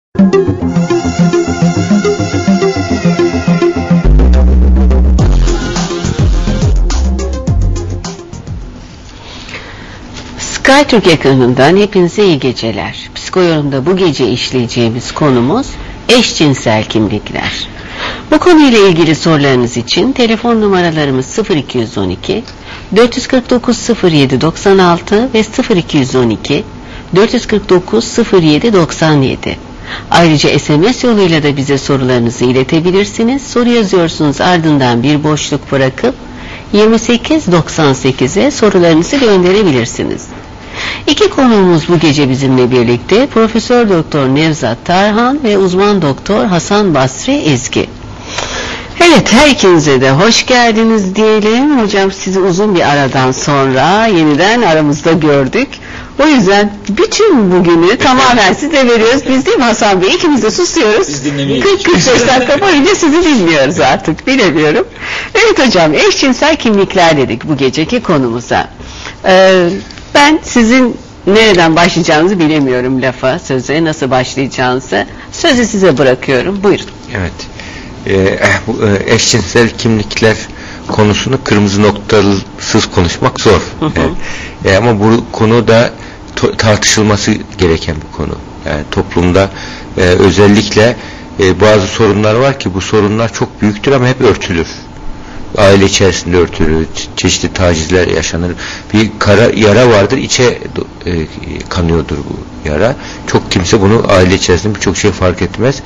SkyTürk ekranından hepinize iyi geceler. Psikoyorum'da bu gece işleyeceğimiz konumuz eşcinsel kimlikler. Bu konuyla ilgili sorularınız için telefon numaralarımız 0212 449 07 96 ve 0212 449 07 97. Ayrıca SMS yoluyla da bize sorularınızı iletebilirsiniz. Soru yazıyorsunuz, ardından bir boşluk bırakıp 2898'e sorularınızı gönderebilirsiniz. İki konuğumuz bu gece bizimle birlikte Profesör Doktor Nevzat Tarhan ve Uzman Doktor Hasan Basri Ezgi. Evet, her ikinize de hoş geldiniz diyelim. Hocam, sizi uzun bir aradan sonra yeniden aramızda gördük. O yüzden bütün bugünü tamamen size veriyoruz. Biz değil mi Hasan Bey? İkimiz de susuyoruz. 40-45 dakika boyunca sizi dinliyoruz artık. Bilemiyorum. Evet hocam, eşcinsel kimlikler dedik bu geceki konumuza. Ben sizin nereden başlayacağınızı bilemiyorum lafa, söze, nasıl başlayacağınızı. Sözü size bırakıyorum. Buyurun. Evet. Bu eşcinsel kimlikler konusunu kırmızı noktasız konuşmak zor. Ama bu konu da tartışılması gereken bir konu. Yani toplumda özellikle bazı sorunlar var ki bu sorunlar çok büyüktür ama hep örtülür. Aile içerisinde örtülür, çeşitli tacizler yaşanır. Bir yara vardır, içe kanıyordur bu yara. Çok kimse bunu aile içerisinde birçok şey fark etmez.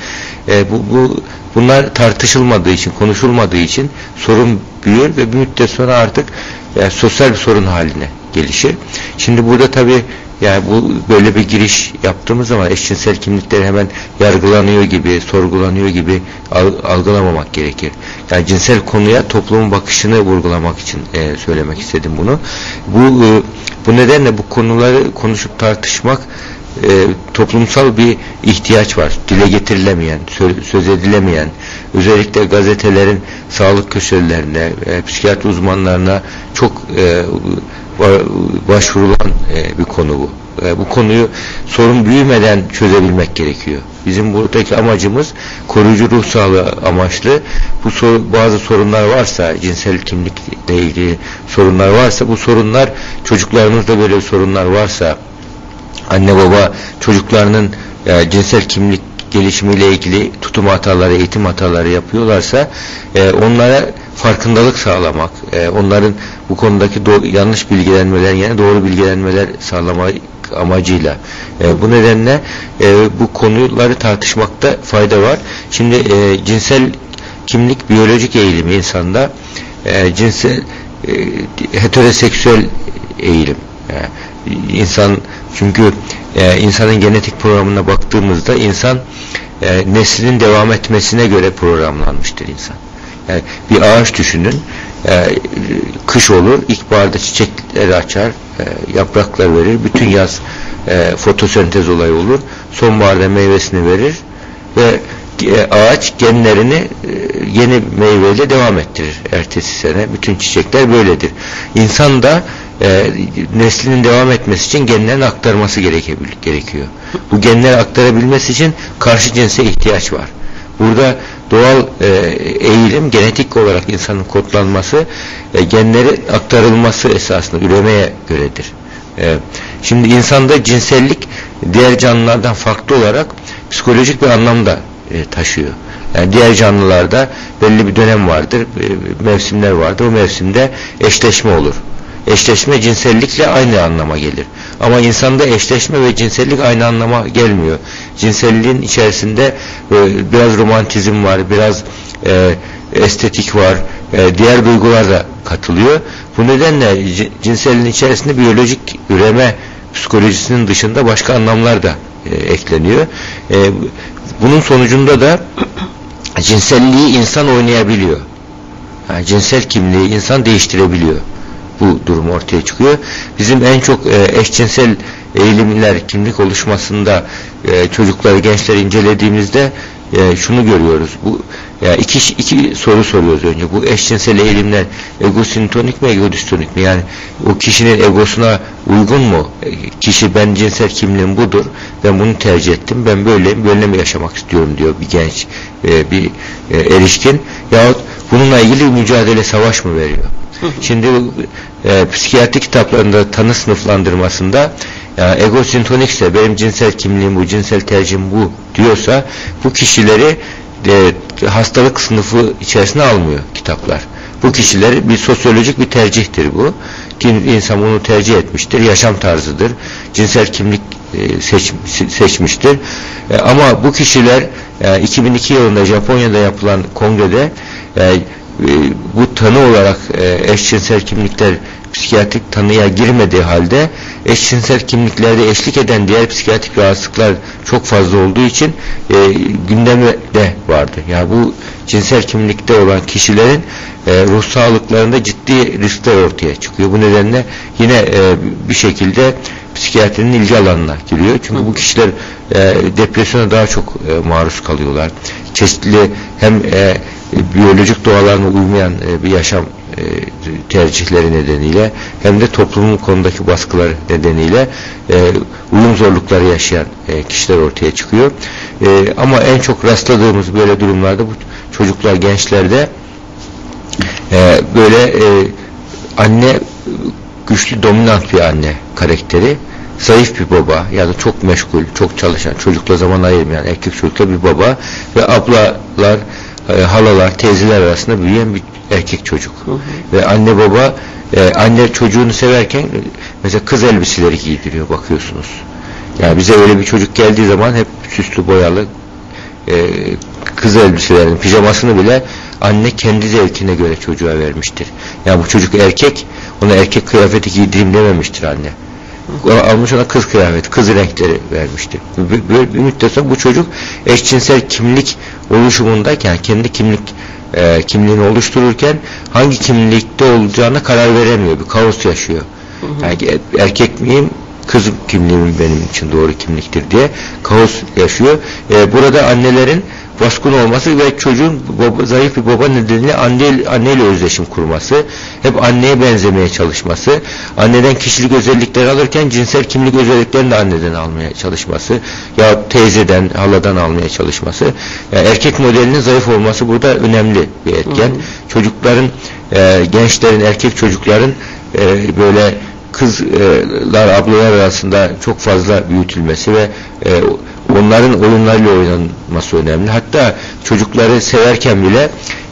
Bunlar tartışılmadığı için, konuşulmadığı için sorun büyür ve bir müddet sonra artık sosyal bir sorun haline gelişir. Şimdi burada tabii yani bu böyle bir giriş yaptığımız zaman eşcinsel kimlikler hemen yargılanıyor gibi, sorgulanıyor gibi algılamamak gerekir. Yani cinsel konuya toplumun bakışını vurgulamak için söylemek istedim bunu. Bu nedenle bu konuları konuşup tartışmak toplumsal bir ihtiyaç var. Dile getirilemeyen, söz edilemeyen, özellikle gazetelerin sağlık köşelerine, psikiyatri uzmanlarına çok başvurulan bir konu bu. Bu konuyu sorun büyümeden çözebilmek gerekiyor. Bizim buradaki amacımız koruyucu ruh sağlığı amaçlı. Bazı sorunlar varsa, cinsel kimlikle ilgili sorunlar varsa, bu sorunlar çocuklarımızda böyle sorunlar varsa, anne baba çocuklarının cinsel kimlik gelişimiyle ilgili tutum hataları, eğitim hataları yapıyorlarsa onlara farkındalık sağlamak, onların bu konudaki yanlış bilgilenmeler yerine doğru bilgilenmeler sağlamak amacıyla. Bu nedenle bu konuları tartışmakta fayda var. Şimdi cinsel kimlik biyolojik eğilimi insanda, cinsel heteroseksüel eğilim. İnsan, çünkü insanın genetik programına baktığımızda insan neslinin devam etmesine göre programlanmıştır insan. Yani bir ağaç düşünün, kış olur, ilkbaharda çiçekler açar, yapraklar verir, bütün yaz fotosentez olayı olur, sonbaharda meyvesini verir ve ağaç genlerini yeni meyveyle devam ettirir ertesi sene. Bütün çiçekler böyledir. İnsan da neslinin devam etmesi için genlerin aktarması gerekiyor. Bu genleri aktarabilmesi için karşı cinse ihtiyaç var. Burada doğal eğilim, genetik olarak insanın kodlanması, genleri aktarılması esasında üremeye göredir. Şimdi insanda cinsellik diğer canlılardan farklı olarak psikolojik bir anlamda taşıyor. Yani diğer canlılarda belli bir dönem vardır, mevsimler vardır. O mevsimde eşleşme olur. Eşleşme cinsellikle aynı anlama gelir. Ama insanda eşleşme ve cinsellik aynı anlama gelmiyor. Cinselliğin içerisinde biraz romantizm var, biraz estetik var, diğer duygular da katılıyor. Bu nedenle cinselliğin içerisinde biyolojik üreme psikolojisinin dışında başka anlamlar da ekleniyor. Bunun sonucunda da cinselliği insan oynayabiliyor. Yani cinsel kimliği insan değiştirebiliyor. Bu durum ortaya çıkıyor. Bizim en çok eşcinsel eğilimler, kimlik oluşmasında çocukları, gençleri incelediğimizde şunu görüyoruz. Bu iki soru soruyoruz önce. Bu eşcinsel eğilimler egosintonik mi, egodistonik mi? Yani o kişinin egosuna uygun mu? Kişi ben cinsel kimliğim budur. Ben bunu tercih ettim. Ben böyle mi yaşamak istiyorum diyor bir genç, bir erişkin. Yahut bununla ilgili mücadele, savaş mı veriyor? Şimdi psikiyatri kitaplarında tanı sınıflandırmasında egosintonikse benim cinsel kimliğim bu, cinsel tercihim bu diyorsa bu kişileri hastalık sınıfı içerisine almıyor kitaplar. Bu kişiler bir sosyolojik bir tercihtir bu. İnsan bunu tercih etmiştir. Yaşam tarzıdır. Cinsel kimlik seçmiştir. Ama bu kişiler 2002 yılında Japonya'da yapılan kongrede bu tanı olarak eşcinsel kimlikler psikiyatrik tanıya girmediği halde eşcinsel kimliklerde eşlik eden diğer psikiyatrik rahatsızlıklar çok fazla olduğu için gündemde vardı. Yani bu cinsel kimlikte olan kişilerin ruh sağlıklarında ciddi riskler ortaya çıkıyor. Bu nedenle yine bir şekilde psikiyatrinin ilgi alanına giriyor. Çünkü bu kişiler depresyona daha çok maruz kalıyorlar. Çeşitli hem biyolojik doğalarına uymayan bir yaşam tercihleri nedeniyle hem de toplumun konudaki baskıları nedeniyle uyum zorlukları yaşayan kişiler ortaya çıkıyor. Ama en çok rastladığımız böyle durumlarda bu çocuklar, gençlerde böyle anne güçlü, dominant bir anne karakteri, zayıf bir baba ya da çok meşgul, çok çalışan, çocukla zaman ayırmayan erkek çocukla bir baba ve ablalar, halalar, teyzeler arasında büyüyen bir erkek çocuk. Ve anne baba, anne çocuğunu severken mesela kız elbiseleri giydiriyor, bakıyorsunuz. Yani bize öyle bir çocuk geldiği zaman hep süslü, boyalı kız elbiselerin pijamasını bile anne kendi zevkine göre çocuğa vermiştir. Yani bu çocuk erkek, ona erkek kıyafeti giydireyim dememiştir anne. Almış ona kız kıyafeti, kız renkleri vermiştir. Böyle bir müddet sonra bu çocuk eşcinsel kimlik oluşumundayken, kendi kimliğini oluştururken hangi kimlikte olacağına karar veremiyor. Bir kaos yaşıyor. Yani erkek miyim, kız kimliğim benim için doğru kimliktir diye kaos yaşıyor. Burada annelerin baskın olması ve çocuğun zayıf bir baba nedeniyle anneyle özdeşim kurması, hep anneye benzemeye çalışması, anneden kişilik özellikleri alırken cinsel kimlik özelliklerini de anneden almaya çalışması ya teyzeden, haladan almaya çalışması. Yani erkek modelinin zayıf olması burada önemli bir etken. Çocukların, gençlerin, erkek çocukların böyle kızlar, ablalar arasında çok fazla büyütülmesi ve onların oyunlarıyla oynanması önemli. Hatta çocukları severken bile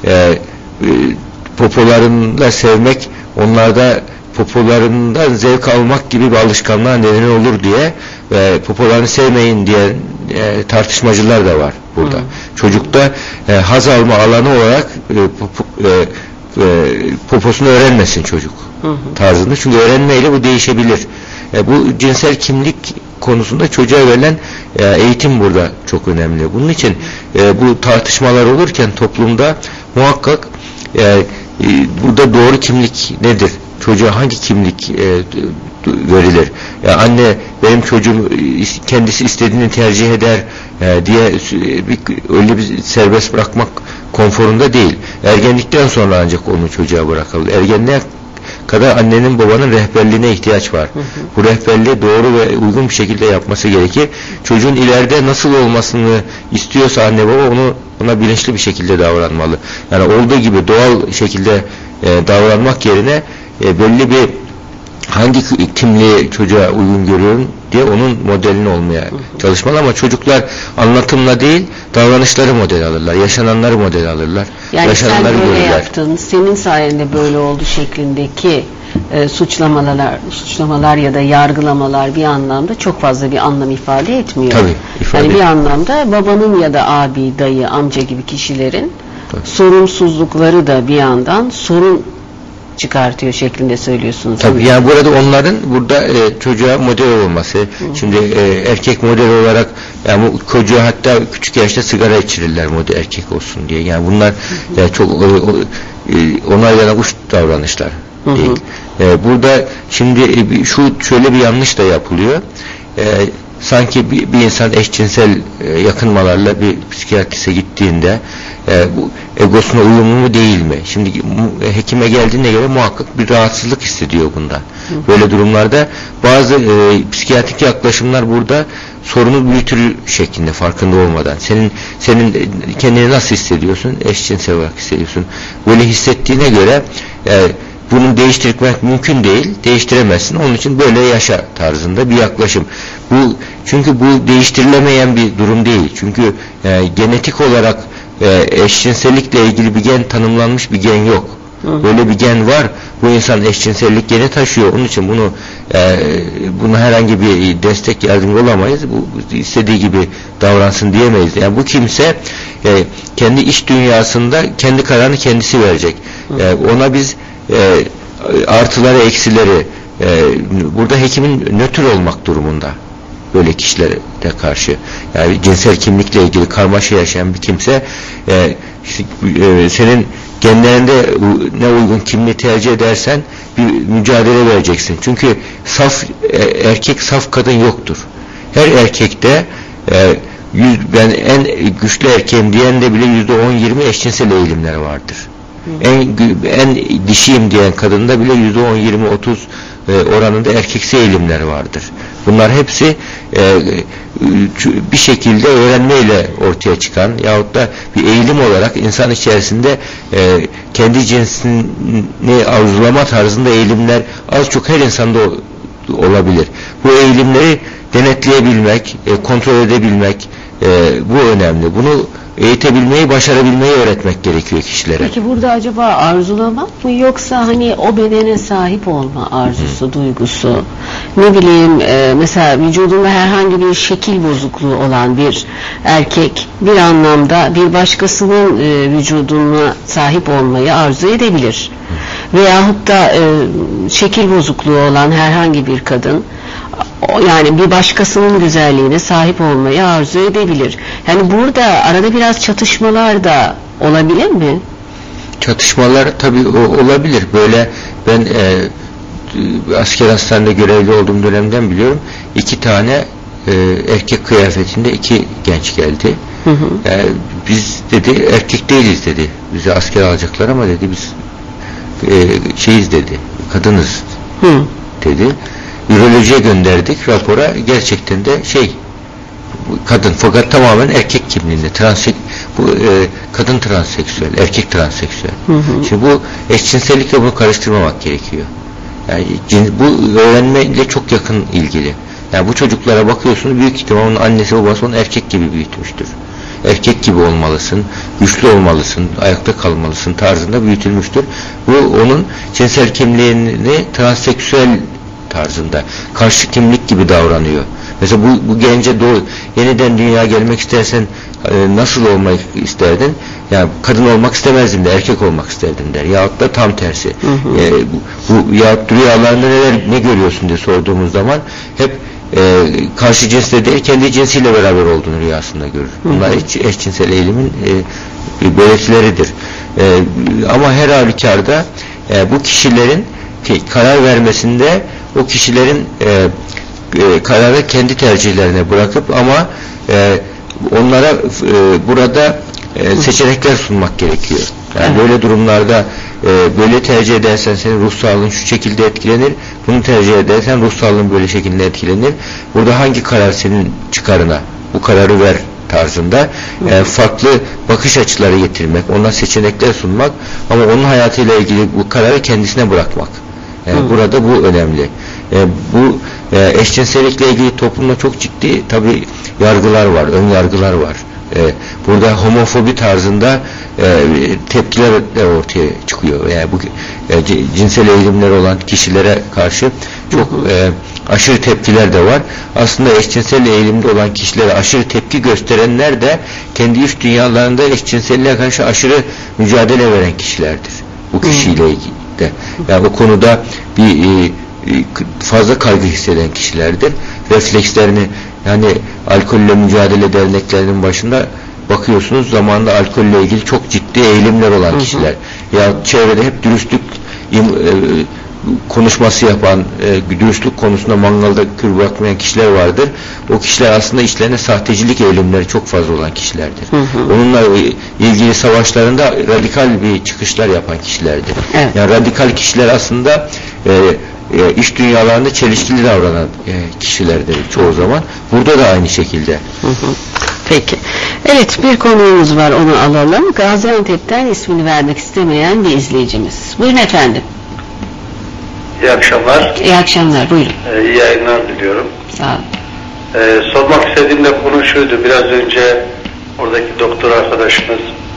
popolarında sevmek, onlarda popolarından zevk almak gibi bir alışkanlığa neden olur diye popolarını sevmeyin diye tartışmacılar da var burada. Çocukta haz alma alanı olarak poposunu öğrenmesin çocuk tarzında. Çünkü öğrenmeyle bu değişebilir. Bu cinsel kimlik konusunda çocuğa verilen eğitim burada çok önemli. Bunun için bu tartışmalar olurken toplumda muhakkak burada doğru kimlik nedir? Çocuğa hangi kimlik verilir? Yani anne benim çocuğum kendisi istediğini tercih eder diye öyle bir serbest bırakmak konforunda değil. Ergenlikten sonra ancak onu çocuğa bırakılır. Ergenliğe kadar annenin babanın rehberliğine ihtiyaç var. Bu rehberliği doğru ve uygun bir şekilde yapması gerekir. Çocuğun ileride nasıl olmasını istiyorsa anne baba ona bilinçli bir şekilde davranmalı. Yani olduğu gibi doğal şekilde davranmak yerine belli bir hangi kimliği çocuğa uygun görüyorum diye onun modelini olmaya çalışmalı ama çocuklar anlatımla değil davranışları model alırlar, yaşananları model alırlar. Yani sen böyle yaptın, senin sayende böyle oldu şeklindeki suçlamalar ya da yargılamalar bir anlamda çok fazla bir anlam ifade etmiyor. Tabii, ifade yani bir anlamda babanın ya da abi, dayı, amca gibi kişilerin sorumsuzlukları da bir yandan sorun çıkartıyor şeklinde söylüyorsunuz. Tabii yani burada onların çocuğa model olması. Şimdi erkek model olarak yani bu çocuğa hatta küçük yaşta sigara içirirler model erkek olsun diye. Yani bunlar çok onaylanan uç davranışlar değil. Burada şimdi şöyle bir yanlış da yapılıyor. sanki bir insan eşcinsel yakınmalarla bir psikiyatriste gittiğinde bu egosuna uyumlu mu değil mi? Şimdi hekime geldiğine göre muhakkak bir rahatsızlık hissediyor bunda. Böyle durumlarda bazı psikiyatrik yaklaşımlar burada sorunu büyütür şeklinde, farkında olmadan. Senin kendini nasıl hissediyorsun? Eşcinsel olarak hissediyorsun. Böyle hissettiğine göre bunu değiştirmek mümkün değil. Değiştiremezsin. Onun için böyle yaşa tarzında bir yaklaşım. Çünkü bu değiştirilemeyen bir durum değil. Çünkü genetik olarak eşcinsellikle ilgili bir gen tanımlanmış bir gen yok. Böyle bir gen var. Bu insan eşcinsellik geni taşıyor. Onun için buna herhangi bir destek, yardımcı olamayız. Bu istediği gibi davransın diyemeyiz. Yani bu kimse kendi iç dünyasında kendi kararını kendisi verecek. Ona biz artıları, eksileri burada hekimin nötr olmak durumunda. Böyle kişilere karşı. Yani cinsel kimlikle ilgili karmaşa yaşayan bir kimse senin genlerinde ne uygun kimliği tercih edersen bir mücadele vereceksin. Çünkü saf erkek, saf kadın yoktur. Her erkekte ben en güçlü erkeğim diyen de bile %10-20 eşcinsel eğilimler vardır. En dişiyim diyen kadında bile %10-20-30 oranında erkeksi eğilimler vardır. Bunlar hepsi bir şekilde öğrenmeyle ortaya çıkan yahut da bir eğilim olarak insan içerisinde kendi cinsini arzulama tarzında eğilimler az çok her insanda olabilir. Bu eğilimleri denetleyebilmek, kontrol edebilmek bu önemli. Bunu eğitebilmeyi, başarabilmeyi öğretmek gerekiyor kişilere. Peki burada acaba arzulamak mı, yoksa hani o bedene sahip olma arzusu, duygusu, ne bileyim mesela vücudunda herhangi bir şekil bozukluğu olan bir erkek bir anlamda bir başkasının vücuduna sahip olmayı arzu edebilir. Veyahut da şekil bozukluğu olan herhangi bir kadın yani bir başkasının güzelliğine sahip olmayı arzu edebilir. Yani burada arada biraz çatışmalar da olabilir mi? Çatışmalar tabii olabilir. Böyle ben asker hastanede görevli olduğum dönemden biliyorum. 2 tane erkek kıyafetinde 2 genç geldi. Biz dedi erkek değiliz dedi. Bizi asker alacaklar ama dedi biz şeyiz dedi. Kadınız dedi. Ürolojiye gönderdik rapora, gerçekten de kadın, fakat tamamen erkek kimliğinde, kadın transseksüel, erkek transseksüel. Şimdi bu eşcinsellikle bunu karıştırmamak gerekiyor. Yani bu öğrenmeyle çok yakın ilgili. Yani bu çocuklara bakıyorsunuz, büyük ihtimalle onun annesi babası onu erkek gibi büyütmüştür. Erkek gibi olmalısın, güçlü olmalısın, ayakta kalmalısın tarzında büyütülmüştür. Bu onun cinsel kimliğini transseksüel tarzında, karşı kimlik gibi davranıyor. Mesela bu gence yeniden dünyaya gelmek istersen nasıl olmak isterdin? Yani kadın olmak istemezdim de erkek olmak isterdim der. Yahut da tam tersi. Yahut rüyalarında ne görüyorsun diye sorduğumuz zaman hep karşı cinsle değil, kendi cinsiyle beraber olduğunu rüyasında görür. Bunlar eşcinsel eğilimin belirtileridir. Ama her halükarda bu kişilerin karar vermesinde o kişilerin kararı kendi tercihlerine bırakıp ama onlara burada seçenekler sunmak gerekiyor. Yani böyle durumlarda böyle tercih edersen senin ruh sağlığın şu şekilde etkilenir, bunu tercih edersen ruh sağlığın böyle şekilde etkilenir. Burada hangi karar senin çıkarına, bu kararı ver tarzında farklı bakış açıları getirmek, ona seçenekler sunmak ama onun hayatıyla ilgili bu kararı kendisine bırakmak. Burada bu önemli. Bu eşcinsellikle ilgili toplumda çok ciddi tabii yargılar var, ön yargılar var. Burada homofobi tarzında tepkiler de ortaya çıkıyor. Yani bu cinsel eğilimleri olan kişilere karşı çok aşırı tepkiler de var. Aslında eşcinsel eğilimde olan kişilere aşırı tepki gösterenler de kendi iç dünyalarında eşcinselliğe karşı aşırı mücadele veren kişilerdir. Bu kişiyle ilgili de. Yani bu konuda bir fazla kaygı hisseden kişilerdir. Reflekslerini, yani alkolle mücadele derneklerinin başında bakıyorsunuz, zamanında alkolle ilgili çok ciddi eğilimler olan kişiler. Ya çevrede hep dürüstlük konuşması yapan, dürüstlük konusunda mangalda kül bırakmayan kişiler vardır. O kişiler aslında işlerine sahtecilik eğilimleri çok fazla olan kişilerdir. Onunla ilgili savaşlarında radikal bir çıkışlar yapan kişilerdir. Evet. Yani radikal kişiler aslında iş dünyalarında çelişkili davranan kişilerdir çoğu zaman. Burada da aynı şekilde. Peki. Evet, bir konuğumuz var, onu alalım. Gaziantep'ten ismini vermek istemeyen bir izleyicimiz. Buyurun efendim. İyi akşamlar. İyi akşamlar, buyurun. İyi yayınlar diliyorum. Sağ olun. Sormak istediğim de konu şuydu. Biraz önce oradaki doktor arkadaşımız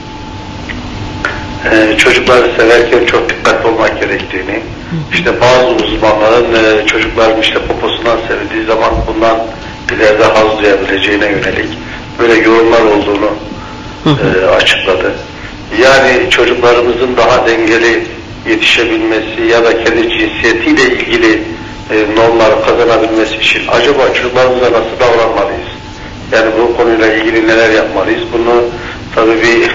çocukları severken çok dikkatli olmak gerektiğini, işte bazı uzmanların çocukların işte poposundan sevildiği zaman bundan ileride haz duyabileceğine yönelik böyle yorumlar olduğunu açıkladı. Yani çocuklarımızın daha dengeli yetişebilmesi ya da kendi cinsiyetiyle ilgili normları kazanabilmesi için acaba çocuklarımıza nasıl davranmalıyız? Yani bu konuyla ilgili neler yapmalıyız? Bunu tabii bir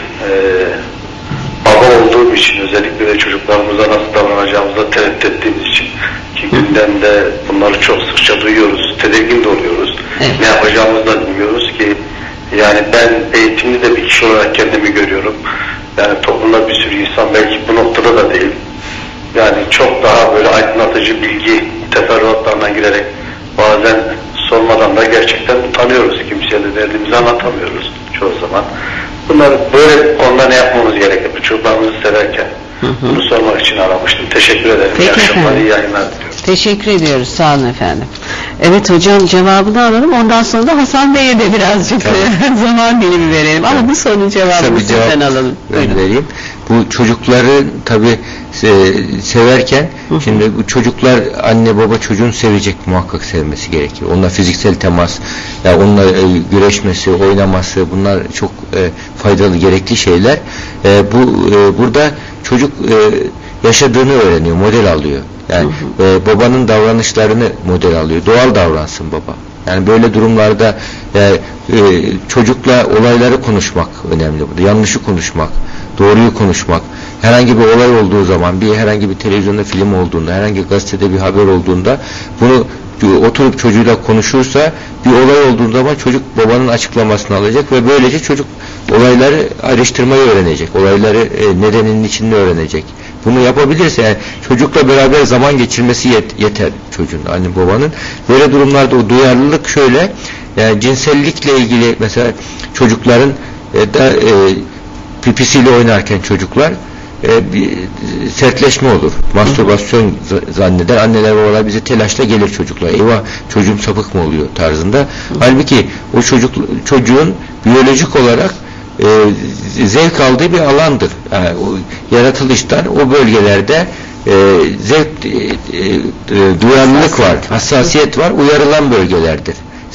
baba olduğum için, özellikle de çocuklarımıza nasıl davranacağımıza tereddüt ettiğimiz için, ki gündemde bunları çok sıkça duyuyoruz, tedirgin de oluyoruz. Evet. Ne yapacağımızı da bilmiyoruz ki. Yani ben eğitimli de bir kişi olarak kendimi görüyorum. Yani toplumda bir sürü insan belki bu noktada da değil. Yani çok daha böyle aydınlatıcı bilgi teferruatlarına girerek bazen sormadan da gerçekten utanıyoruz. Kimseye de derdimizi anlatamıyoruz çoğu zaman. Bunlar böyle konuda ne yapmamız gerekir? Çocuklarımızı severken. Bunu sormak için aramıştım. Teşekkür ederim. Peki İyi akşamlar, efendim. iyi yayınlar diliyorum. Teşekkür ediyoruz. Sağ olun efendim. Evet hocam, cevabını alalım. Ondan sonra da Hasan Bey'e de birazcık zaman dilimi verelim. Ama bu sorunun cevabını sizden alalım. Ben vereyim. Bu çocukları tabii severken şimdi bu çocuklar, anne baba çocuğun sevecek, muhakkak sevmesi gerekir. Onunla fiziksel temas, ya onunla güreşmesi, oynaması, bunlar çok faydalı, gerekli şeyler. Burada çocuk yaşadığını öğreniyor, model alıyor. Yani babanın davranışlarını model alıyor. Doğal davransın baba. Yani böyle durumlarda çocukla olayları konuşmak önemli burada. Yanlışı konuşmak, doğruyu konuşmak. Herhangi bir olay olduğu zaman, herhangi bir televizyonda film olduğunda, herhangi bir gazetede bir haber olduğunda bunu oturup çocuğuyla konuşursa, bir olay olduğu zaman çocuk babanın açıklamasını alacak ve böylece çocuk olayları araştırmayı öğrenecek. Olayları nedeninin içinde öğrenecek. Bunu yapabilirse yani çocukla beraber zaman geçirmesi yeter çocuğun, anne babanın. Böyle durumlarda o duyarlılık şöyle, yani cinsellikle ilgili mesela çocukların pipisiyle oynarken çocuklar bir sertleşme olur. Mastürbasyon zanneder. Anneler babalar bize telaşla gelir çocuklar. Eyvah, çocuğum sapık mı oluyor tarzında. Halbuki o çocuğun biyolojik olarak zevk aldığı bir alandır. Yani o yaratılıştan o bölgelerde zevk, duyarlılık var, hassasiyet var, uyarılan bölgelerdir.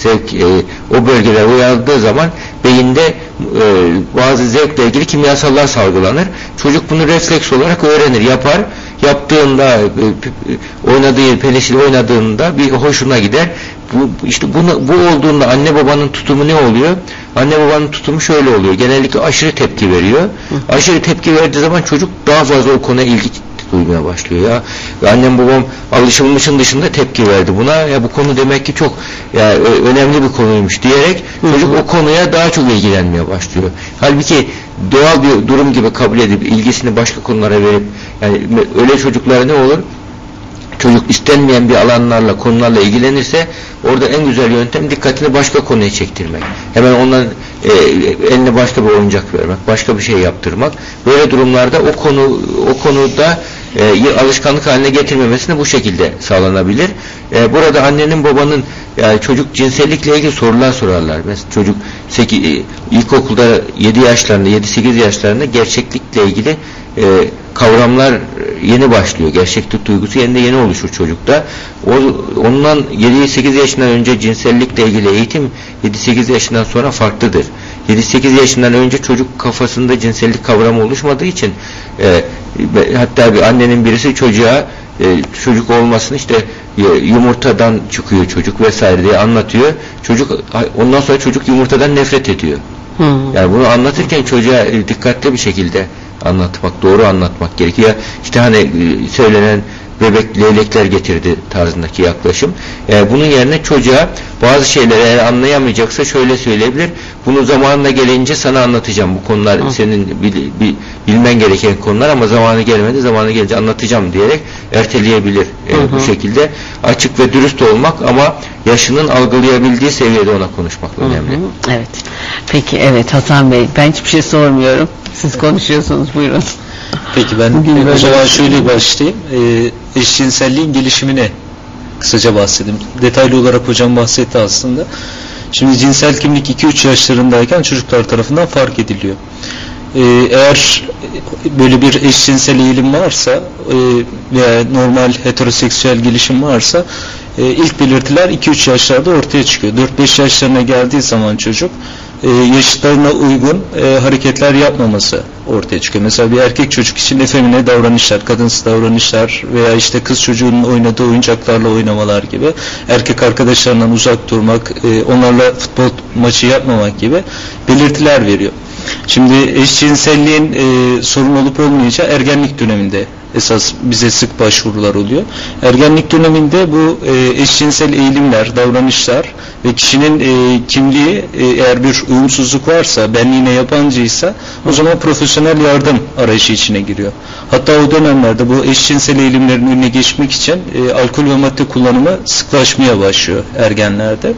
O bölgeler uyarıldığı zaman beyinde bazı zevkle ilgili kimyasallar salgılanır. Çocuk bunu refleks olarak öğrenir, yapar. Yaptığında, oynadığı, penisiyle oynadığında bir hoşuna gider. Bu olduğunda anne babanın tutumu ne oluyor? Anne babanın tutumu şöyle oluyor. Genellikle aşırı tepki veriyor. Aşırı tepki verdiği zaman çocuk daha fazla o konuya ilgi duymaya başlıyor ya. Ve annem babam alışılmışın dışında tepki verdi buna. Ya bu konu demek ki çok önemli bir konuymuş diyerek çocuk o konuya daha çok ilgilenmeye başlıyor. Halbuki doğal bir durum gibi kabul edip ilgisini başka konulara verip, yani öyle çocuklara ne olur? Çocuk istenmeyen bir alanlarla, konularla ilgilenirse orada en güzel yöntem dikkatini başka konuya çektirmek. Hemen ondan eline başka bir oyuncak vermek, başka bir şey yaptırmak. Böyle durumlarda o konuda alışkanlık haline getirmemesine bu şekilde sağlanabilir. Burada annenin babanın, yani çocuk cinsellikle ilgili sorular sorarlar. Mesela çocuk ilkokulda 7-8 yaşlarında gerçeklikle ilgili kavramlar yeni başlıyor. Gerçeklik duygusu yeni oluşur çocukta. Ondan 7-8 yaşından önce cinsellikle ilgili eğitim 7-8 yaşından sonra farklıdır. 7-8 yaşından önce çocuk kafasında cinsellik kavramı oluşmadığı için hatta bir annenin birisi çocuğa çocuk olmasını işte yumurtadan çıkıyor çocuk vesaire diye anlatıyor. Ondan sonra çocuk yumurtadan nefret ediyor. Yani bunu anlatırken çocuğa dikkatli bir şekilde anlatmak, doğru anlatmak gerekiyor. İşte hani söylenen bebek leylekler getirdi tarzındaki yaklaşım. Bunun yerine çocuğa bazı şeyleri eğer anlayamayacaksa şöyle söyleyebilir. Bunu zamanla gelince sana anlatacağım. Bu konular senin bilmen gereken konular ama zamanı gelmedi. Zamanı gelince anlatacağım diyerek erteleyebilir. Bu şekilde açık ve dürüst olmak ama yaşının algılayabildiği seviyede ona konuşmak önemli. Evet. Peki evet Hasan Bey, ben hiçbir şey sormuyorum. Siz konuşuyorsunuz, buyurun. Peki ben o zaman şöyle başlayayım. Eşcinselliğin gelişimine kısaca bahsedeyim. Detaylı olarak hocam bahsetti aslında. Şimdi cinsel kimlik 2-3 yaşlarındayken çocuklar tarafından fark ediliyor. Eğer böyle bir eşcinsel eğilim varsa veya normal heteroseksüel gelişim varsa ilk belirtiler 2-3 yaşlarda ortaya çıkıyor. 4-5 yaşlarına geldiği zaman çocuk yaşlarına uygun hareketler yapmaması ortaya çıkıyor. Mesela bir erkek çocuk için efemine davranışlar, kadınsı davranışlar veya işte kız çocuğunun oynadığı oyuncaklarla oynamalar gibi, erkek arkadaşlarından uzak durmak, onlarla futbol maçı yapmamak gibi belirtiler veriyor. Şimdi eşcinselliğin sorun olup olmayacağı ergenlik döneminde esas bize sık başvurular oluyor. Ergenlik döneminde bu eşcinsel eğilimler, davranışlar ve kişinin kimliği eğer bir uyumsuzluk varsa, benliğine yabancıysa o zaman profesyonel yardım arayışı içine giriyor. Hatta o dönemlerde bu eşcinsel eğilimlerin önüne geçmek için alkol ve madde kullanımı sıklaşmaya başlıyor ergenlerde.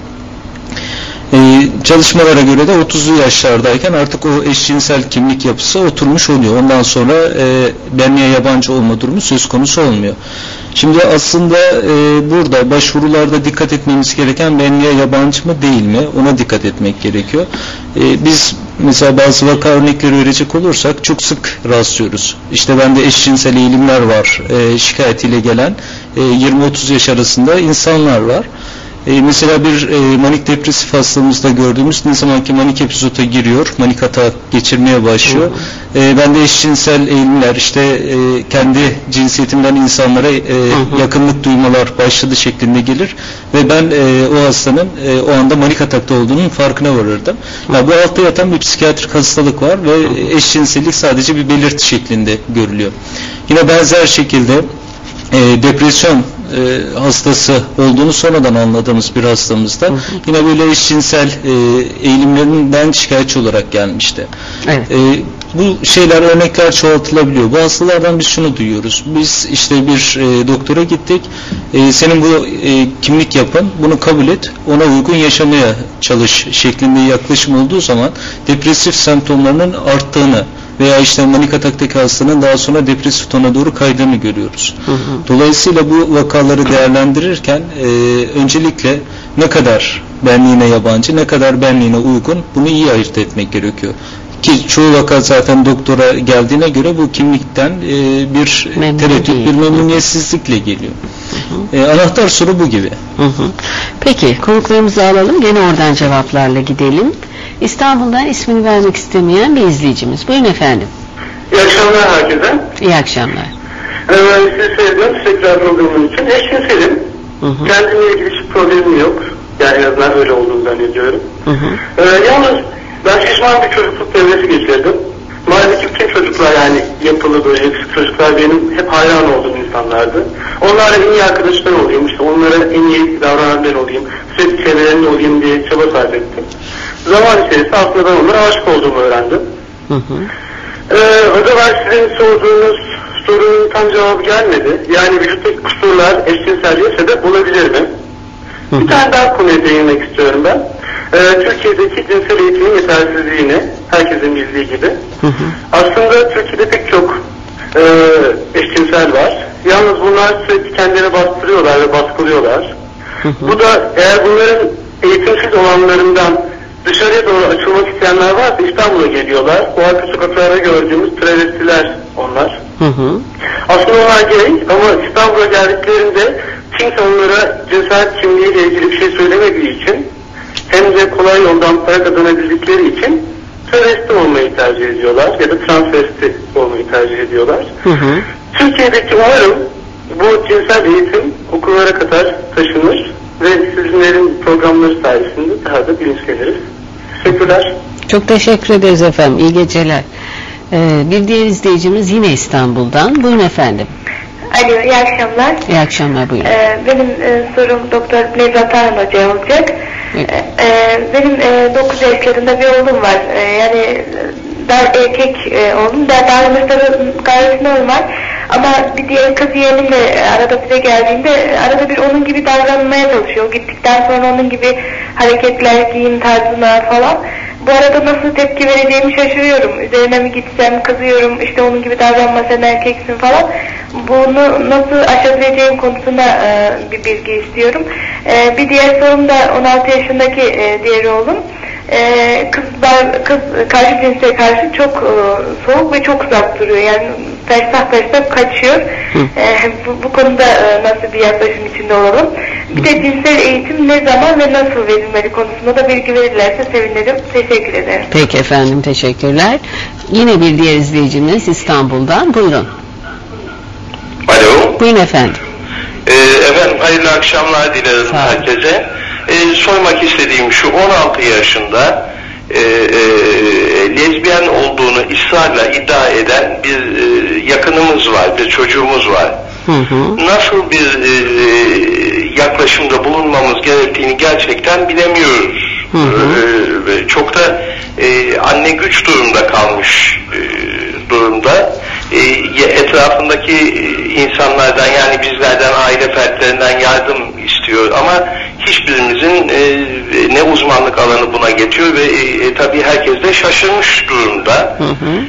Çalışmalara göre de 30'lu yaşlardayken artık o eşcinsel kimlik yapısı oturmuş oluyor. Ondan sonra benliğe yabancı olma durumu söz konusu olmuyor. Şimdi aslında burada başvurularda dikkat etmemiz gereken benliğe yabancı mı değil mi? Ona dikkat etmek gerekiyor. Biz mesela bazı vaka örnekleri verecek olursak çok sık rastlıyoruz. İşte bende eşcinsel eğilimler var şikayetiyle gelen 20-30 yaş arasında insanlar var. Mesela bir manik depresif hastamızda gördüğümüz ne zamanki manik epizoda giriyor, manik atak geçirmeye başlıyor. Bende eşcinsel eğilimler, işte kendi cinsiyetimden insanlara yakınlık duymalar başladı şeklinde gelir ve ben o hastanın o anda manik atakta olduğunun farkına varırdım. Yani bu altta yatan bir psikiyatrik hastalık var ve eşcinsellik sadece bir belirti şeklinde görülüyor. Yine benzer şekilde depresyon hastası olduğunu sonradan anladığımız bir hastamızda yine böyle eşcinsel eğilimlerinden şikayetçi olarak gelmişti. Evet. Bu şeyler, örnekler çoğaltılabiliyor. Bu hastalardan biz şunu duyuyoruz. Biz işte bir doktora gittik. Senin bu kimlik yapın, bunu kabul et, ona uygun yaşamaya çalış şeklinde yaklaşım olduğu zaman depresif semptomlarının arttığını veya işte manik ataktaki hastanın daha sonra depresif tona doğru kaydığını görüyoruz. Dolayısıyla bu vakaları değerlendirirken öncelikle ne kadar benliğine yabancı, ne kadar benliğine uygun, bunu iyi ayırt etmek gerekiyor. Ki çoğu vaka zaten doktora geldiğine göre bu kimlikten bir tereddüt, bir memnuniyetsizlikle geliyor. Anahtar soru bu gibi. Peki konuklarımızı alalım, gene oradan cevaplarla gidelim. İstanbul'dan ismini vermek istemeyen bir izleyicimiz. Buyurun efendim. İyi akşamlar herkese. İyi akşamlar. Sizi seviyorum. Tekrar programın için. Eşcinselim. Kendimle ilgili hiç problemim yok. Yani en azından öyle olduğunu zannediyorum. Yalnız ben şişman bir çocukluk devresi geçirdim. Mahalledeki bütün çocuklar, yani yapılı böyle yakışıklı çocuklar benim hep hayran olduğum insanlardı. Onlarla en iyi arkadaşlar olayım, işte onlara en iyi davranan ben olayım, sürekli çevrelerinde olayım diye çaba sarf ettim. Zaman içerisinde aslında ben onlara aşık olduğumu öğrendim. Acaba sizin sorduğunuz sorunun tam cevabı gelmedi. Yani vücuttaki kusurlar eşcinselliğe sebep olabilir mi? Bir tane daha konuya değinmek istiyorum ben. Türkiye'deki cinsel eğitimin yetersizliğini, herkesin bildiği gibi. Aslında Türkiye'de pek çok eşcinsel var. Yalnız bunlar sürekli kendilerini bastırıyorlar ve baskılıyorlar. Bu da eğer bunların eğitimsiz olanlarından dışarıya doğru açılmak isteyenler varsa İstanbul'a geliyorlar. O arka sokaklarda gördüğümüz travestiler onlar. Aslında onlar gay ama İstanbul'a geldiklerinde kimse onlara cinsel kimliğiyle ilgili bir şey söylemediği için hem de kolay yoldan para kazanabildikleri için travesti olmayı tercih ediyorlar ya da transvesti olmayı tercih ediyorlar. Türkiye'deki umarım bu cinsel eğitim okullara kadar taşınır ve sizinlerin programları sayesinde daha da bilinçleniriz. Teşekkürler. Çok teşekkür ederiz efendim. İyi geceler. Bir diğer izleyicimiz yine İstanbul'dan. Buyurun efendim. Alo, iyi akşamlar. İyi akşamlar, buyurun. Benim sorum Doktor Nevzat Tarhan Hoca'ya olacak. Evet. Benim 9 yaşlarında bir oğlum var. Yani erkek oğlum. Davranışları gayet normal. Ama bir diğer kız yeğenimle arada bize geldiğinde arada bir onun gibi davranmaya çalışıyor. Gittikten sonra onun gibi hareketler, giyim tarzına falan. Bu arada nasıl tepki vereceğimi şaşırıyorum. Üzerine mi gitsem, kızıyorum, işte onun gibi davranma, sen erkeksin falan. Bunu nasıl aşabileceğim konusunda bir bilgi istiyorum. Bir diğer sorum da 16 yaşındaki diğer oğlum. Kız karşı cinse karşı çok soğuk ve çok uzak duruyor. Yani fersah kaçıyor. Bu konuda nasıl bir yaklaşım içinde olalım. Bir de cinsel eğitim ne zaman ve nasıl verilmeli konusunda da bilgi verirlerse sevinirim. Teşekkür ederim. Peki efendim, teşekkürler. Yine bir diğer izleyicimiz İstanbul'dan. Buyurun. Alo. Buyurun efendim. Efendim hayırlı akşamlar dilerim herkese. Sormak istediğim şu, 16 yaşında lezbiyen olduğunu ısrarla iddia eden bir yakınımız var, bir çocuğumuz var. Nasıl bir yaklaşımda bulunmamız gerektiğini gerçekten bilemiyoruz. Çok da anne güç durumda kalmış durumda. Etrafındaki insanlardan, yani bizlerden, aile fertlerinden yardım istiyor ama hiçbirimizin ne uzmanlık alanı buna geçiyor ve tabii herkes de şaşırmış durumda.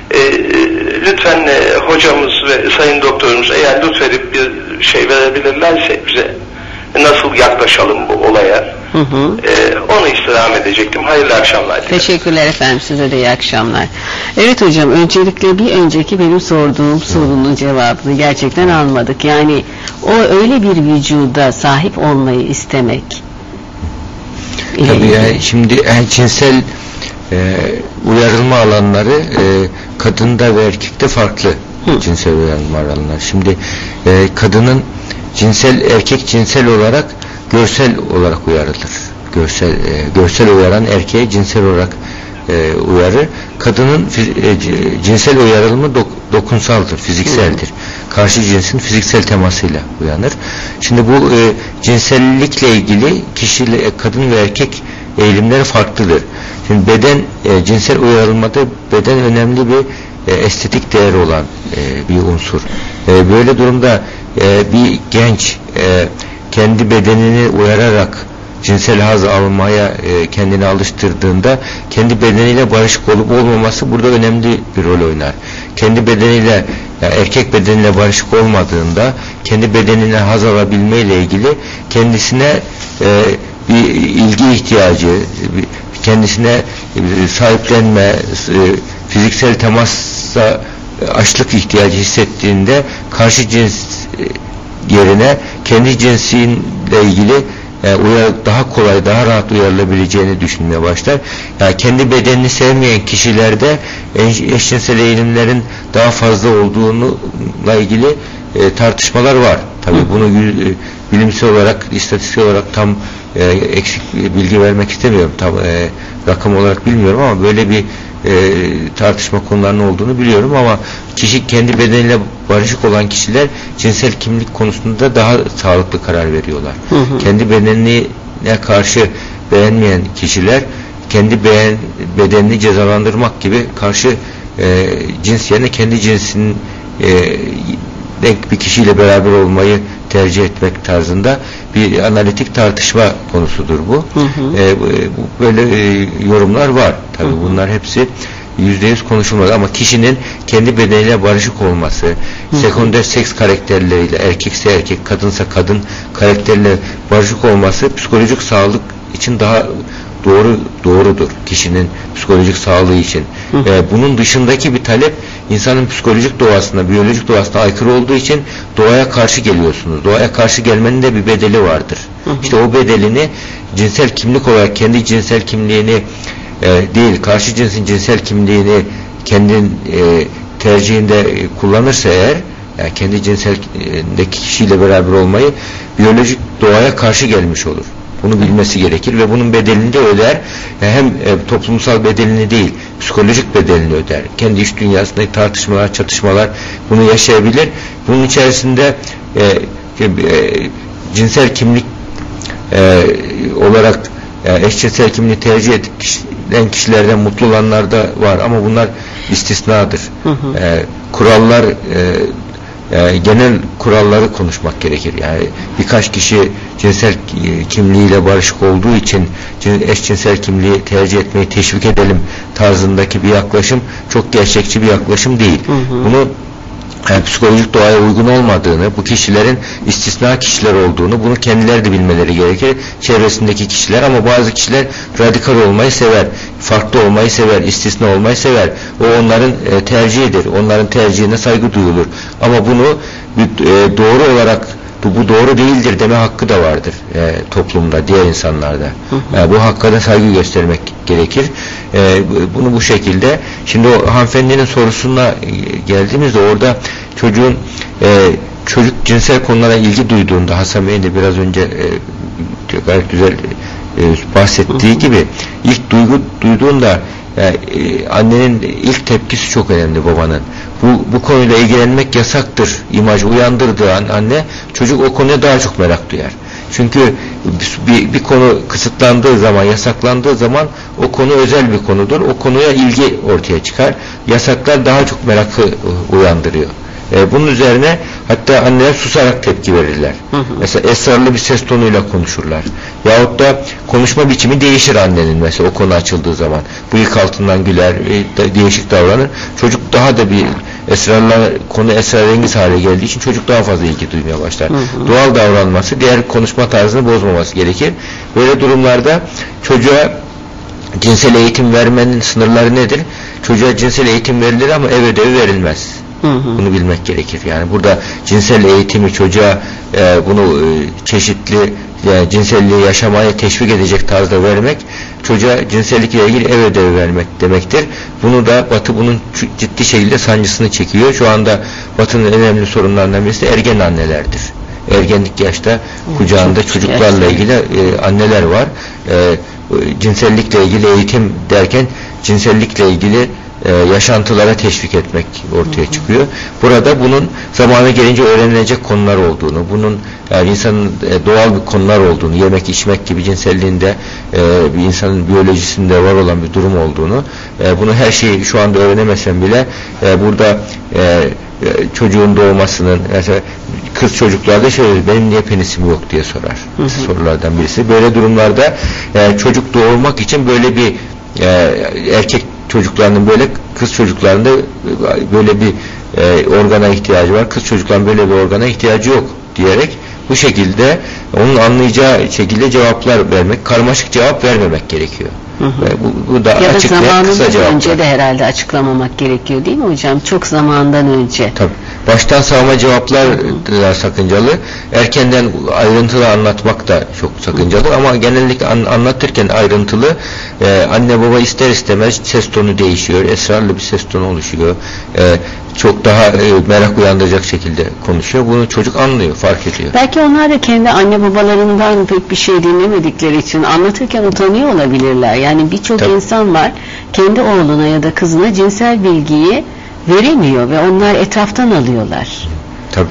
Lütfen hocamız ve sayın doktorumuz eğer lütfedip bir şey verebilirlerse bize, nasıl yaklaşalım bu olaya, onu istirham edecektim. Hayırlı akşamlar. Teşekkürler efendim, size de iyi akşamlar. Evet hocam, öncelikle bir önceki benim sorduğum sorunun cevabını gerçekten almadık. Yani o öyle bir vücuda sahip olmayı istemek. Tabii yani şimdi cinsel uyarılma alanları kadında ve erkekte farklı. Cinsel uyarılma alanları. Şimdi kadının erkek cinsel olarak görsel olarak uyarılır. Görsel uyaran erkeğe cinsel olarak uyarır. Kadının cinsel uyarılma dokunsaldır, fizikseldir. Karşı cinsin fiziksel temasıyla uyanır. Şimdi bu cinsellikle ilgili kadın ve erkek eğilimleri farklıdır. Şimdi cinsel uyarılmada beden önemli bir estetik değeri olan bir unsur. Böyle durumda bir genç kendi bedenini uyararak cinsel haz almaya kendini alıştırdığında kendi bedeniyle barışık olup olmaması burada önemli bir rol oynar. Kendi bedeniyle, erkek bedeniyle barışık olmadığında kendi bedenine haz alabilmeyle ilgili kendisine bir ilgi ihtiyacı, kendisine sahiplenme, fiziksel temasa açlık ihtiyacı hissettiğinde karşı cins yerine kendi cinsiyle ilgili daha kolay, daha rahat uyarılabileceğini düşünmeye başlar. Yani kendi bedenini sevmeyen kişilerde eşcinsel eğilimlerin daha fazla olduğuyla ilgili tartışmalar var. Tabii bunu bilimsel olarak, istatistik olarak tam eksik bilgi vermek istemiyorum. Tam rakam olarak bilmiyorum ama böyle bir tartışma konularının olduğunu biliyorum ama kendi bedeniyle barışık olan kişiler cinsel kimlik konusunda daha sağlıklı karar veriyorlar. Kendi bedenine karşı beğenmeyen kişiler kendi bedenini cezalandırmak gibi karşı cins yerine kendi cinsinin denk bir kişiyle beraber olmayı tercih etmek tarzında bir analitik tartışma konusudur bu. Böyle yorumlar var. Tabii bunlar hepsi %100 konuşulmaz ama kişinin kendi bedeniyle barışık olması, sekonder seks karakterleriyle, erkekse erkek, kadınsa kadın karakterle barışık olması psikolojik sağlık için daha doğrudur kişinin psikolojik sağlığı için. Bunun dışındaki bir talep insanın psikolojik doğasına, biyolojik doğasına aykırı olduğu için doğaya karşı geliyorsunuz. Doğaya karşı gelmenin de bir bedeli vardır. İşte o bedelini cinsel kimlik olarak kendi cinsel kimliğini değil, karşı cinsin cinsel kimliğini kendin tercihinde kullanırsa eğer, yani kendi cinseldeki kişiyle beraber olmayı biyolojik doğaya karşı gelmiş olur. Bunu bilmesi gerekir ve bunun bedelini de öder. Hem toplumsal bedelini değil, psikolojik bedelini öder. Kendi iç dünyasındaki tartışmalar, çatışmalar bunu yaşayabilir. Bunun içerisinde cinsel kimlik olarak eşcinsel kimliği tercih eden kişilerden mutlu olanlar da var ama bunlar istisnadır. Kurallar genel kuralları konuşmak gerekir. Yani birkaç kişi cinsel kimliğiyle barışık olduğu için eşcinsel kimliği tercih etmeyi teşvik edelim tarzındaki bir yaklaşım çok gerçekçi bir yaklaşım değil. Bunu psikolojik doğaya uygun olmadığını, bu kişilerin istisna kişiler olduğunu, bunu kendileri de bilmeleri gerekir. Çevresindeki kişiler, ama bazı kişiler radikal olmayı sever, farklı olmayı sever, istisna olmayı sever. O onların tercihidir. Onların tercihine saygı duyulur. Ama bunu doğru olarak bu doğru değildir deme hakkı da vardır toplumda, diğer insanlarda. Bu hakka da saygı göstermek gerekir. Bunu bu şekilde. Şimdi o hanımefendinin sorusuna geldiğimizde orada çocuk cinsel konulara ilgi duyduğunda, Hasan Bey'in de biraz önce gayet güzel bahsettiği gibi ilk duygu duyduğunda annenin ilk tepkisi çok önemli, babanın. Bu konuyla ilgilenmek yasaktır imajı uyandırdığı anne, çocuk o konuya daha çok merak duyar. Çünkü bir konu kısıtlandığı zaman, yasaklandığı zaman o konu özel bir konudur. O konuya ilgi ortaya çıkar. Yasaklar daha çok merakı uyandırıyor. Bunun üzerine hatta anneler susarak tepki verirler. Mesela esrarlı bir ses tonuyla konuşurlar. Yahut da konuşma biçimi değişir annenin mesela o konu açıldığı zaman. Bıyık altından güler, değişik davranır. Çocuk daha da bir konu esrarengiz hale geldiği için çocuk daha fazla ilgi duymaya başlar. Doğal davranması, diğer konuşma tarzını bozmaması gerekir. Böyle durumlarda çocuğa cinsel eğitim vermenin sınırları nedir? Çocuğa cinsel eğitim verilir ama ev ödevi verilmez. Bunu bilmek gerekir. Yani burada cinsel eğitimi çocuğa bunu çeşitli cinselliği yaşamaya teşvik edecek tarzda vermek, çocuğa cinsellikle ilgili ev ödevi vermek demektir. Bunu da Batı bunun ciddi şekilde sancısını çekiyor. Şu anda Batı'nın önemli sorunlarından birisi de ergen annelerdir. Ergenlik yaşta kucağında çocuklarla ilgili anneler var. Cinsellikle ilgili eğitim derken cinsellikle ilgili yaşantılara teşvik etmek ortaya çıkıyor. Burada bunun zamanı gelince öğrenilecek konular olduğunu, bunun yani insanın doğal bir konular olduğunu, yemek içmek gibi cinselliğinde bir insanın biyolojisinde var olan bir durum olduğunu, bunu her şeyi şu anda öğrenemesem bile burada çocuğun doğmasının, mesela kız çocuklarda şöyle, benim niye penisim yok diye sorar. Sorulardan birisi. Böyle durumlarda çocuk doğurmak için böyle bir erkek çocuklarının böyle, kız çocuklarında böyle bir organa ihtiyacı var. Kız çocukların böyle bir organa ihtiyacı yok diyerek bu şekilde onun anlayacağı şekilde cevaplar vermek, karmaşık cevap vermemek gerekiyor. Bu da ya açık da zamanından önce de herhalde açıklamamak gerekiyor değil mi hocam? Çok zamandan önce. Tabii. Baştan savma cevaplar da sakıncalı. Erkenden ayrıntılı anlatmak da çok sakıncalı ama genellikle anlatırken ayrıntılı anne baba ister istemez ses tonu değişiyor. Esrarlı bir ses tonu oluşuyor. Çok daha merak uyandıracak şekilde konuşuyor. Bunu çocuk anlıyor, fark ediyor. Belki onlar da kendi anne babalarından pek bir şey dinlemedikleri için anlatırken utanıyor olabilirler. Yani birçok insan var, kendi oğluna ya da kızına cinsel bilgiyi veremiyor ve onlar etraftan alıyorlar. Tabii.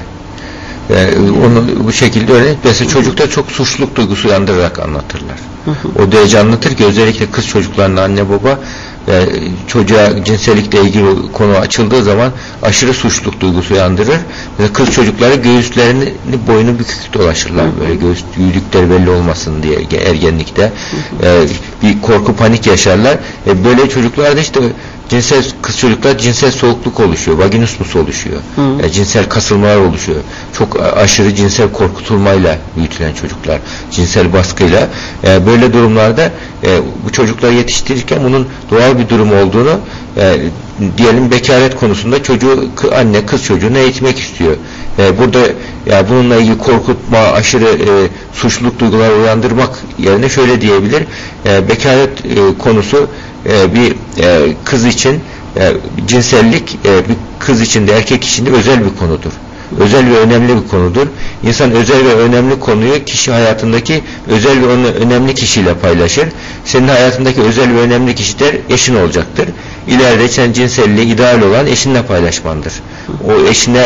Onu bu şekilde öyle. Mesela çocukta çok suçluluk duygusu uyandırarak anlatırlar. O derece anlatır ki özellikle kız çocuklarında anne baba çocuğa cinsellikle ilgili konu açıldığı zaman aşırı suçluluk duygusu uyandırır. Mesela kız çocukları göğüslerini boynu bükük dolaşırlar. Böyle göğüs büyüdükleri belli olmasın diye ergenlikte. Bir korku panik yaşarlar. Böyle çocuklarda işte kız çocuklar cinsel soğukluk oluşuyor, vaginusmus oluşuyor, cinsel kasılmalar oluşuyor. Çok aşırı cinsel korkutulmayla büyütülen çocuklar, cinsel baskıyla. Böyle durumlarda bu çocuklar yetiştirirken bunun doğal bir durum olduğunu, diyelim bekaret konusunda anne kız çocuğunu eğitmek istiyor. Burada bununla ilgili korkutma, aşırı suçluluk duyguları uyandırmak yerine şöyle diyebilir: bekaret konusu bir kız için cinsellik bir kız için de erkek için de özel bir konudur. özel ve önemli bir konudur. İnsan özel ve önemli konuyu kişi hayatındaki özel ve önemli kişiyle paylaşır. Senin hayatındaki özel ve önemli kişi de eşin olacaktır. İleride sen cinselliği ideal olan eşinle paylaşmandır. O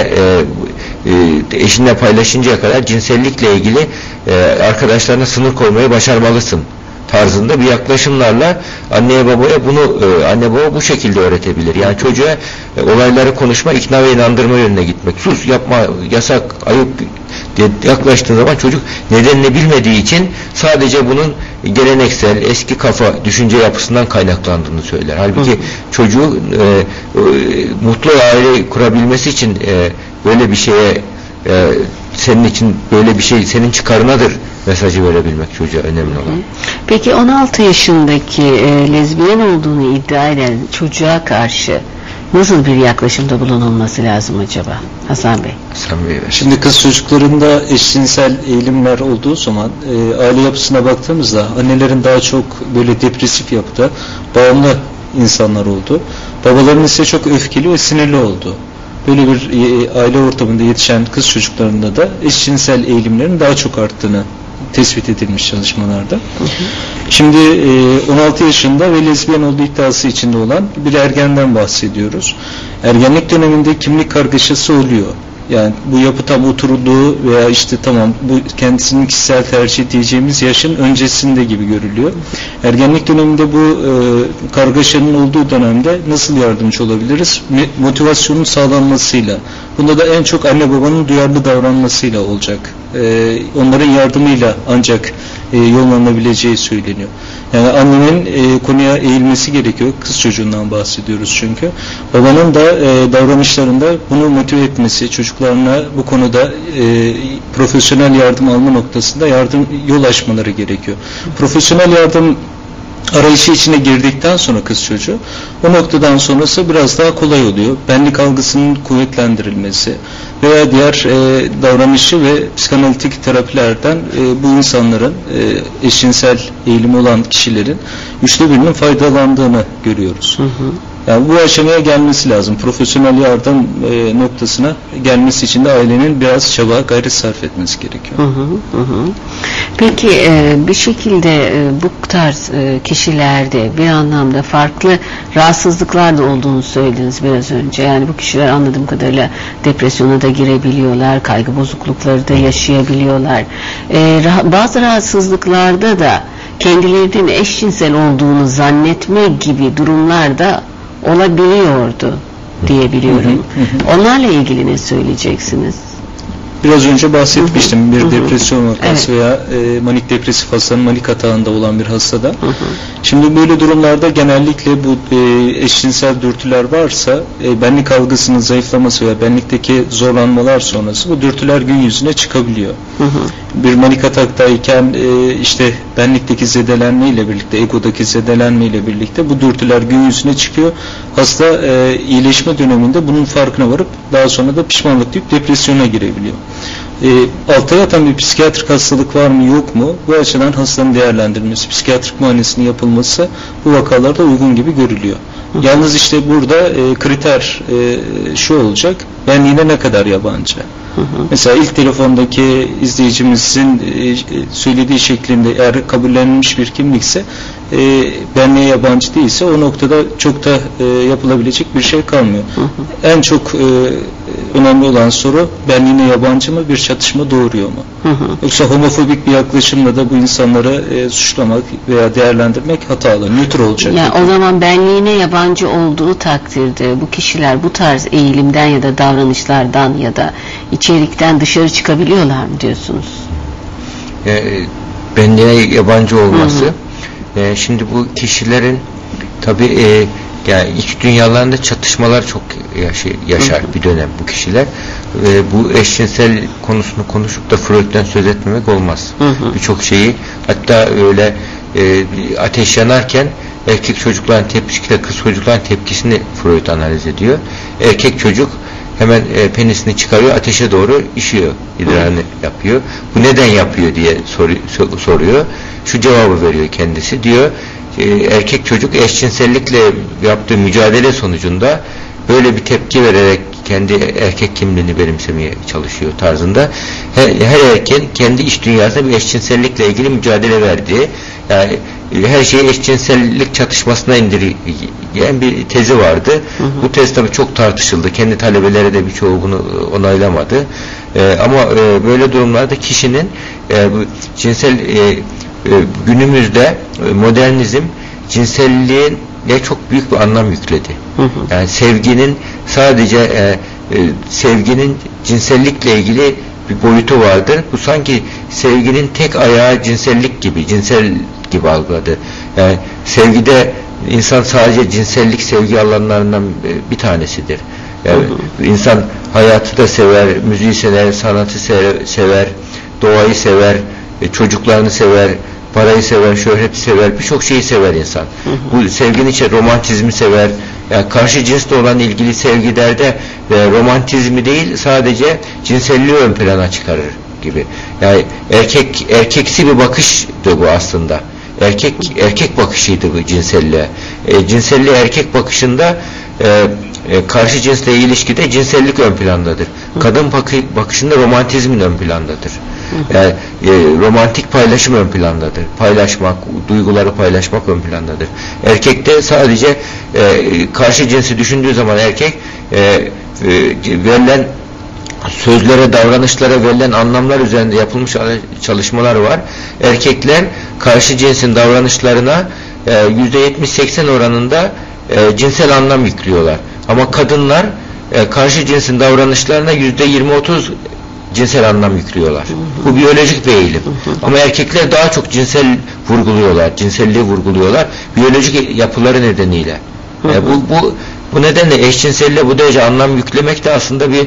eşinle paylaşıncaya kadar cinsellikle ilgili arkadaşlarına sınır koymayı başarmalısın tarzında bir yaklaşımlarla anneye babaya bunu anne baba bu şekilde öğretebilir. Yani çocuğa olayları konuşma, ikna ve inandırma yönüne gitmek. Sus, yapma, yasak, ayıp diye yaklaştığı zaman çocuk nedenini bilmediği için sadece bunun geleneksel, eski kafa düşünce yapısından kaynaklandığını söyler. Halbuki çocuğu mutlu aile kurabilmesi için böyle bir şeye senin için böyle bir şey senin çıkarınadır mesajı verebilmek çocuğa önemli olan. Peki 16 yaşındaki lezbiyen olduğunu iddia eden çocuğa karşı nasıl bir yaklaşımda bulunulması lazım acaba Hasan Bey? Hasan Bey. Şimdi kız çocuklarında eşcinsel eğilimler olduğu zaman aile yapısına baktığımızda annelerin daha çok böyle depresif yapıda bağımlı insanlar oldu. Babaların ise çok öfkeli ve sinirli oldu. Böyle bir aile ortamında yetişen kız çocuklarında da eşcinsel eğilimlerin daha çok arttığını tespit edilmiş çalışmalarda. Şimdi 16 yaşında ve lezbiyen olduğu iddiası içinde olan bir ergenden bahsediyoruz. Ergenlik döneminde kimlik kargaşası oluyor. Yani bu yapı tam oturduğu veya işte tamam bu kendisinin kişisel tercih diyeceğimiz yaşın öncesinde gibi görülüyor. Ergenlik döneminde bu kargaşanın olduğu dönemde nasıl yardımcı olabiliriz? Motivasyonun sağlanmasıyla. Bunda da en çok anne babanın duyarlı davranmasıyla olacak. Onların yardımıyla ancak yollanabileceği söyleniyor. Yani annenin konuya eğilmesi gerekiyor. Kız çocuğundan bahsediyoruz çünkü. Babanın da davranışlarında bunu motive etmesi, çocuklarına bu konuda profesyonel yardım alma noktasında yol açmaları gerekiyor. Profesyonel yardım arayışı içine girdikten sonra kız çocuğu o noktadan sonrası biraz daha kolay oluyor. Benlik algısının kuvvetlendirilmesi veya diğer davranışı ve psikanalitik terapilerden bu insanların eşcinsel eğilimi olan kişilerin 1/3'ünün faydalandığını görüyoruz. Yani bu aşamaya gelmesi lazım. Profesyonel yardım noktasına gelmesi için de ailenin biraz çaba, gayret sarf etmesi gerekiyor. Peki bir şekilde bu tarz kişilerde bir anlamda farklı rahatsızlıklar da olduğunu söylediniz biraz önce. Yani bu kişiler anladığım kadarıyla depresyona da girebiliyorlar, kaygı bozuklukları da yaşayabiliyorlar. Bazı rahatsızlıklarda da kendilerinin eşcinsel olduğunu zannetme gibi durumlar da olabiliyordu diyebiliyorum. Onlarla ilgili ne söyleyeceksiniz? Biraz önce bahsetmiştim. Bir depresyon vakası veya manik depresif hastanın manik atağında olan bir hastada. Şimdi böyle durumlarda genellikle bu eşcinsel dürtüler varsa benlik algısının zayıflaması veya benlikteki zorlanmalar sonrası bu dürtüler gün yüzüne çıkabiliyor. Bir manik ataktayken işte benlikteki zedelenme ile birlikte, egodaki zedelenme ile birlikte bu dürtüler gün yüzüne çıkıyor. Hasta iyileşme döneminde bunun farkına varıp daha sonra da pişmanlık duyup depresyona girebiliyor. Altta yatan bir psikiyatrik hastalık var mı yok mu? Bu açıdan hastanın değerlendirilmesi, psikiyatrik muayenesinin yapılması bu vakalarda uygun gibi görülüyor. Yalnız işte burada kriter şu olacak, benliğine ne kadar yabancı? Mesela ilk telefondaki izleyicimizin söylediği şeklinde eğer kabullenilmiş bir kimlikse benliğe yabancı değilse o noktada çok da yapılabilecek bir şey kalmıyor. En çok önemli olan soru benliğine yabancı mı, bir çatışma doğuruyor mu? Yoksa homofobik bir yaklaşımla da bu insanları suçlamak veya değerlendirmek hatalı, nötr olacak. Yani o zaman benliğine yabancı olduğu takdirde bu kişiler bu tarz eğilimden ya da davranışlardan ya da içerikten dışarı çıkabiliyorlar mı diyorsunuz? Benliğe yabancı olması. Şimdi bu kişilerin tabii yani iç dünyalarında çatışmalar çok yaşar bir dönem bu kişiler. Bu eşcinsel konusunu konuşup da Freud'den söz etmemek olmaz. Birçok şeyi hatta öyle ateş yanarken erkek çocukların tepkisiyle kız çocukların tepkisini Freud analiz ediyor. Erkek çocuk hemen penisini çıkarıyor, ateşe doğru işiyor, idrarını yapıyor. Bu neden yapıyor diye soruyor. Şu cevabı veriyor kendisi, diyor erkek çocuk eşcinsellikle yaptığı mücadele sonucunda böyle bir tepki vererek kendi erkek kimliğini benimsemeye çalışıyor tarzında. Her erkek kendi iç dünyasında bir eşcinsellikle ilgili mücadele verdiği, yani her şeyi eşcinsellik çatışmasına indirilen bir tezi vardı. Bu tez tabii çok tartışıldı. Kendi talebeleri de birçoğu bunu onaylamadı. Ama böyle durumlarda kişinin cinsel günümüzde modernizm cinselliğe çok büyük bir anlam yükledi. Yani sevginin sadece sevginin cinsellikle ilgili bir boyutu vardır. Bu sanki sevginin tek ayağı cinsellik gibi, cinsel gibi algıladı. Yani sevgide insan sadece cinsellik sevgi alanlarından bir tanesidir. Yani insan hayatı da sever, müziği sever, sanatı sever, doğayı sever, çocuklarını sever, parayı sever, şöhreti sever, birçok şeyi sever insan. Bu sevginin içinde romantizmi sever. Yani karşı cinsle olan ilgili sevgilerde romantizmi değil, sadece cinselliği ön plana çıkarır gibi. Yani erkeksi bir bakıştı bu aslında. Erkek bakışıydı bu cinselliğe. Cinselliğe erkek bakışında karşı cinsle ilişkide cinsellik ön plandadır. Kadın bakışında romantizmin ön plandadır. Yani romantik paylaşım ön plandadır. Paylaşmak, duyguları paylaşmak ön plandadır. Erkekte sadece karşı cinsi düşündüğü zaman erkek verilen sözlere, davranışlara verilen anlamlar üzerinde yapılmış çalışmalar var. Erkekler karşı cinsin davranışlarına %70-80 oranında cinsel anlam yüklüyorlar. Ama kadınlar karşı cinsin davranışlarına %20-30 cinsel anlam yüklüyorlar. Bu biyolojik bir eğilim. Ama erkekler daha çok cinselliği vurguluyorlar. Biyolojik yapıları nedeniyle. Bu nedenle eşcinselliğe bu derece anlam yüklemek de aslında bir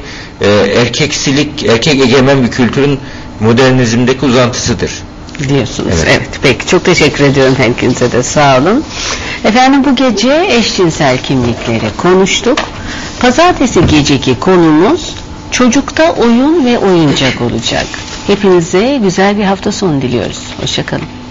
erkek egemen bir kültürün modernizmdeki uzantısıdır diyorsunuz. Evet. Peki. Çok teşekkür ediyorum herkese de. Sağ olun. Efendim, bu gece eşcinsel kimlikleri konuştuk. Pazartesi geceki konumuz çocukta oyun ve oyuncak olacak. Hepinize güzel bir hafta sonu diliyoruz. Hoşça kalın.